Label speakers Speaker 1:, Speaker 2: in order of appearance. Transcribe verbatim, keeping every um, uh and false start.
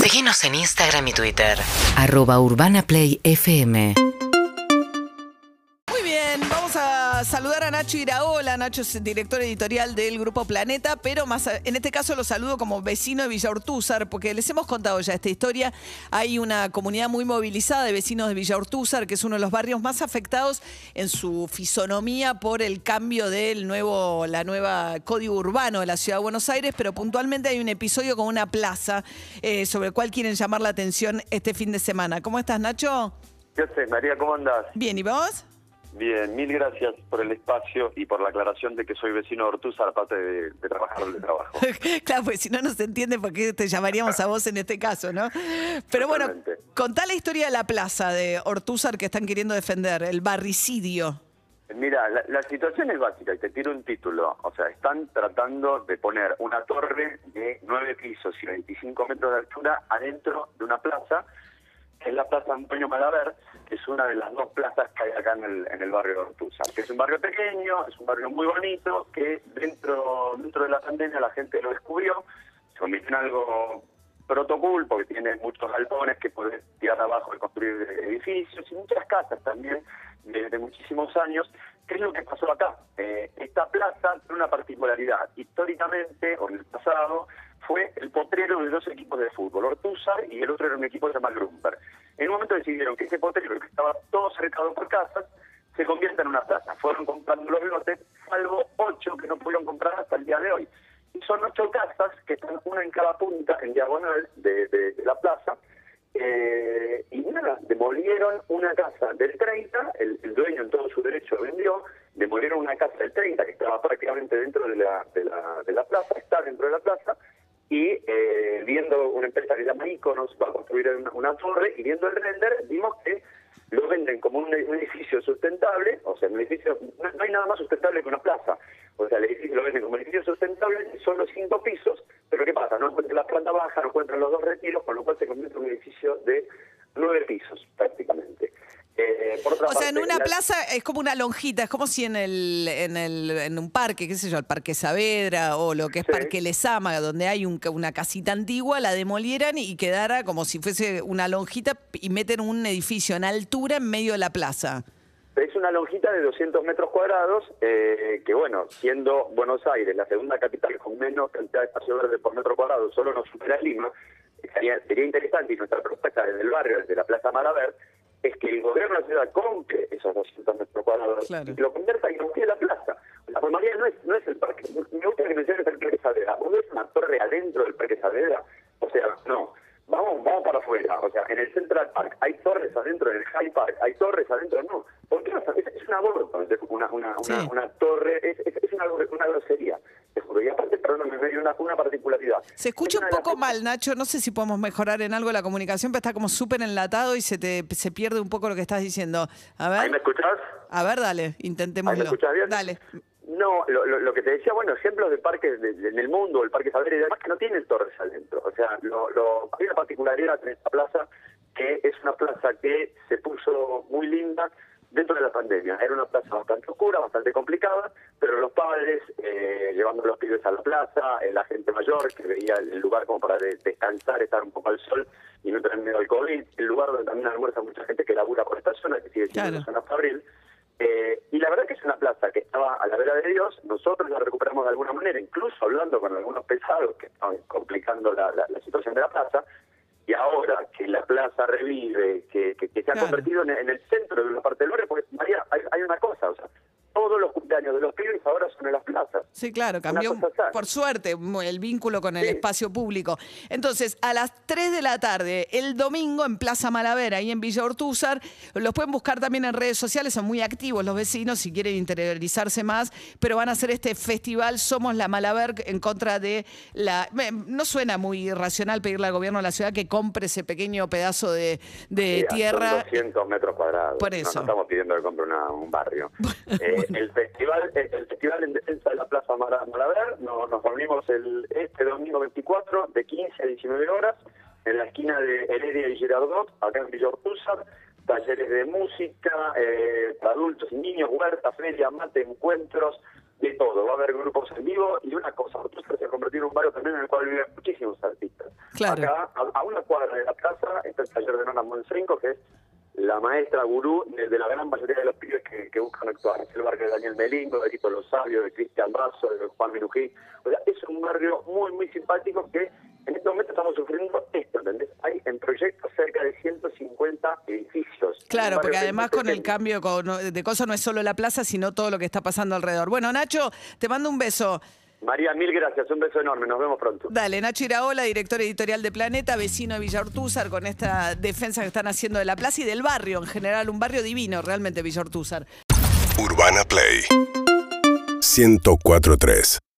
Speaker 1: Seguinos en Instagram y Twitter. Arroba Urbana Play F M.
Speaker 2: Muy bien, vamos a saludar a Nacho Iraola. Nacho es director editorial del Grupo Planeta, pero más a- en este caso lo saludo como vecino de Villa Ortúzar, porque les hemos contado ya esta historia. Hay una comunidad muy movilizada de vecinos de Villa Ortúzar, que es uno de los barrios más afectados en su fisonomía por el cambio del nuevo, la nueva código urbano de la Ciudad de Buenos Aires, pero puntualmente hay un episodio con una plaza eh, sobre el cual quieren llamar la atención este fin de semana. ¿Cómo estás, Nacho?
Speaker 3: ¿Qué haces, María? ¿Cómo andás?
Speaker 2: Bien, ¿y vos?
Speaker 3: Bien, mil gracias por el espacio y por la aclaración de que soy vecino de Ortúzar, aparte de, de trabajar donde trabajo.
Speaker 2: Claro, pues si no nos entiende, ¿por qué te llamaríamos a vos en este caso, no? Pero bueno,
Speaker 3: Totalmente.
Speaker 2: contá la historia de la plaza de Ortúzar que están queriendo defender, el barricidio.
Speaker 3: Mira, la, la situación es básica y te tiro un título. O sea, están tratando de poner una torre de nueve pisos y veinticinco metros de altura adentro de una plaza, que es la Plaza Antonio Malaver, que es una de las dos plazas que hay acá en el, en el barrio de Ortúzar, que es un barrio pequeño, es un barrio muy bonito, que dentro dentro de la pandemia la gente lo descubrió, se convirtió en algo protocol, porque tiene muchos galpones que podés tirar abajo y construir edificios, y muchas casas también de, de muchísimos años. ¿Qué es lo que pasó acá? Eh, esta plaza tiene una particularidad. Históricamente, o en el pasado, fue el potrero de dos equipos de fútbol, Ortúzar y el otro era un equipo llamado Grumper. En un momento decidieron que ese potrero, que estaba todo cercado por casas, se convierta en una plaza. Fueron comprando los lotes, salvo ocho que no pudieron comprar hasta el día de hoy. Y son ocho casas que están una en cada punta, en diagonal de, de, de la plaza. Eh, y nada, demolieron una casa del treinta, el, el dueño en todo su derecho vendió, demolieron una casa del treinta que estaba prácticamente dentro de la, de la, de la plaza, está dentro de la plaza, y eh, viendo una empresa que se llama Iconos, va a construir una, una torre, y viendo el render, vimos que lo venden como un, un edificio sustentable, o sea, un edificio, no, no hay nada más sustentable que una plaza, o sea, el edificio lo venden como un edificio sustentable, son los cinco pisos, pero ¿qué pasa? No encuentran la planta baja, no encuentran los dos retiros, con lo cual se convierte en un edificio de nueve pisos, prácticamente. Eh, por otra
Speaker 2: O sea,
Speaker 3: parte,
Speaker 2: en una
Speaker 3: la...
Speaker 2: plaza es como una lonjita, es como si en el en el en un parque, qué sé yo, el Parque Saavedra o lo que es
Speaker 3: Sí.
Speaker 2: Parque Lezama, donde hay un, una casita antigua, la demolieran y quedara como si fuese una lonjita y meten un edificio en altura en medio de la plaza.
Speaker 3: Es una lonjita de doscientos metros cuadrados, eh, que bueno, siendo Buenos Aires la segunda capital con menos cantidad de espacio verde por metro cuadrado, solo nos supera Lima, sería, sería interesante, y nuestra propuesta desde el barrio, desde la Plaza Malaver, es que el gobierno de la ciudad compre esos doscientos metros cuadrados
Speaker 2: Claro.
Speaker 3: y lo convierta y lo quede la plaza. La formalidad no es, no es el parque, me gusta que menciones el Parque Saavedra, ¿vos ves una torre adentro del Parque Saavedra? O sea, no. Vamos, vamos para afuera, o sea, en el Central Park hay torres adentro, en el Hyde Park hay torres adentro, no. ¿Por qué no? Es, es un aborto, una, una,
Speaker 2: Sí.
Speaker 3: una, una torre, es, es, es una, una grosería, te juro. Y aparte, perdón, me dio una, una particularidad.
Speaker 2: Se escucha
Speaker 3: Es
Speaker 2: un
Speaker 3: una de las
Speaker 2: poco
Speaker 3: cosas-
Speaker 2: mal, Nacho, no sé si podemos mejorar en algo la comunicación, pero está como súper enlatado y se te se pierde un poco lo que estás diciendo. A
Speaker 3: ¿Ahí
Speaker 2: ver,
Speaker 3: me escuchás?
Speaker 2: a ver, dale, intentémoslo.
Speaker 3: ¿Ahí me escuchás bien?
Speaker 2: Dale.
Speaker 3: No, lo, lo, lo que te decía, bueno, ejemplos de parques de, de, en el mundo, el Parque Saavedra y demás, que no tienen torres adentro. O sea, lo, lo, hay una particularidad en esta plaza, que es una plaza que se puso muy linda dentro de la pandemia. Era una plaza bastante oscura, bastante complicada, pero los padres, eh, llevando a los pibes a la plaza, eh, la gente mayor que veía el lugar como para de, descansar, estar un poco al sol y no tener miedo al COVID, el lugar donde también almuerza mucha gente que labura por esta zona, que sigue siendo
Speaker 2: Claro.
Speaker 3: la zona Fabril. Eh, y la verdad que es una plaza que estaba a la vera de Dios, nosotros la recuperamos de alguna manera, incluso hablando con algunos pesados que estaban complicando la, la, la situación de la plaza, y ahora que la plaza revive, que, que, que se ha
Speaker 2: Claro.
Speaker 3: convertido en, en el centro de una parte del barrio, porque María, hay, hay una cosa, o sea, todos los cumpleaños de los pibes ahora son en las plazas.
Speaker 2: Sí, claro, cambió,
Speaker 3: Una cosa así.
Speaker 2: por suerte, mu- el vínculo con el
Speaker 3: Sí.
Speaker 2: espacio público. Entonces, a las tres de la tarde, el domingo, en Plaza Malaver, ahí en Villa Ortúzar, los pueden buscar también en redes sociales, son muy activos los vecinos si quieren interiorizarse más, pero van a hacer este festival Somos la Malaver en contra de la... me- No suena muy racional pedirle al gobierno de la ciudad que compre ese pequeño pedazo de, de
Speaker 3: Sí,
Speaker 2: tierra.
Speaker 3: Son doscientos metros cuadrados.
Speaker 2: Por
Speaker 3: No,
Speaker 2: eso.
Speaker 3: no estamos pidiendo que compre una- un barrio. Eh, el festival el, el festival en defensa de la Plaza Mara- Malaver, nos, nos reunimos el, este domingo veinticuatro de quince a diecinueve horas en la esquina de Heredia y Girardot, acá en Villa Ortúzar. Talleres de música eh, para adultos y niños, huerta, feria, mate, encuentros, de todo. Va a haber grupos en vivo y una cosa, Ortúzar se ha convertido en un barrio también en el cual viven muchísimos artistas.
Speaker 2: Claro.
Speaker 3: Acá, a, a una cuadra de la plaza, está el taller de Nona Monsenco, que es la maestra gurú de, de la gran mayoría de los pibes que, que buscan actuar. Es el barrio de Daniel Melingo, de Tito Los Sabios, de Cristian Basso, de Juan Minujín. O sea, es un barrio muy, muy simpático que en este momento estamos sufriendo esto, ¿entendés? Hay en proyecto cerca de ciento cincuenta edificios.
Speaker 2: Claro, porque además con el
Speaker 3: pequeño.
Speaker 2: cambio con- de cosas no es solo la plaza, sino todo lo que está pasando alrededor. Bueno, Nacho, te mando un beso.
Speaker 3: María, mil gracias, un beso enorme, nos vemos pronto.
Speaker 2: Dale, Nacho Iraola, director editorial de Planeta, vecino de Villa Ortúzar, con esta defensa que están haciendo de la plaza y del barrio en general, un barrio divino realmente Villa Ortúzar.
Speaker 4: Urbana Play ciento cuatro punto tres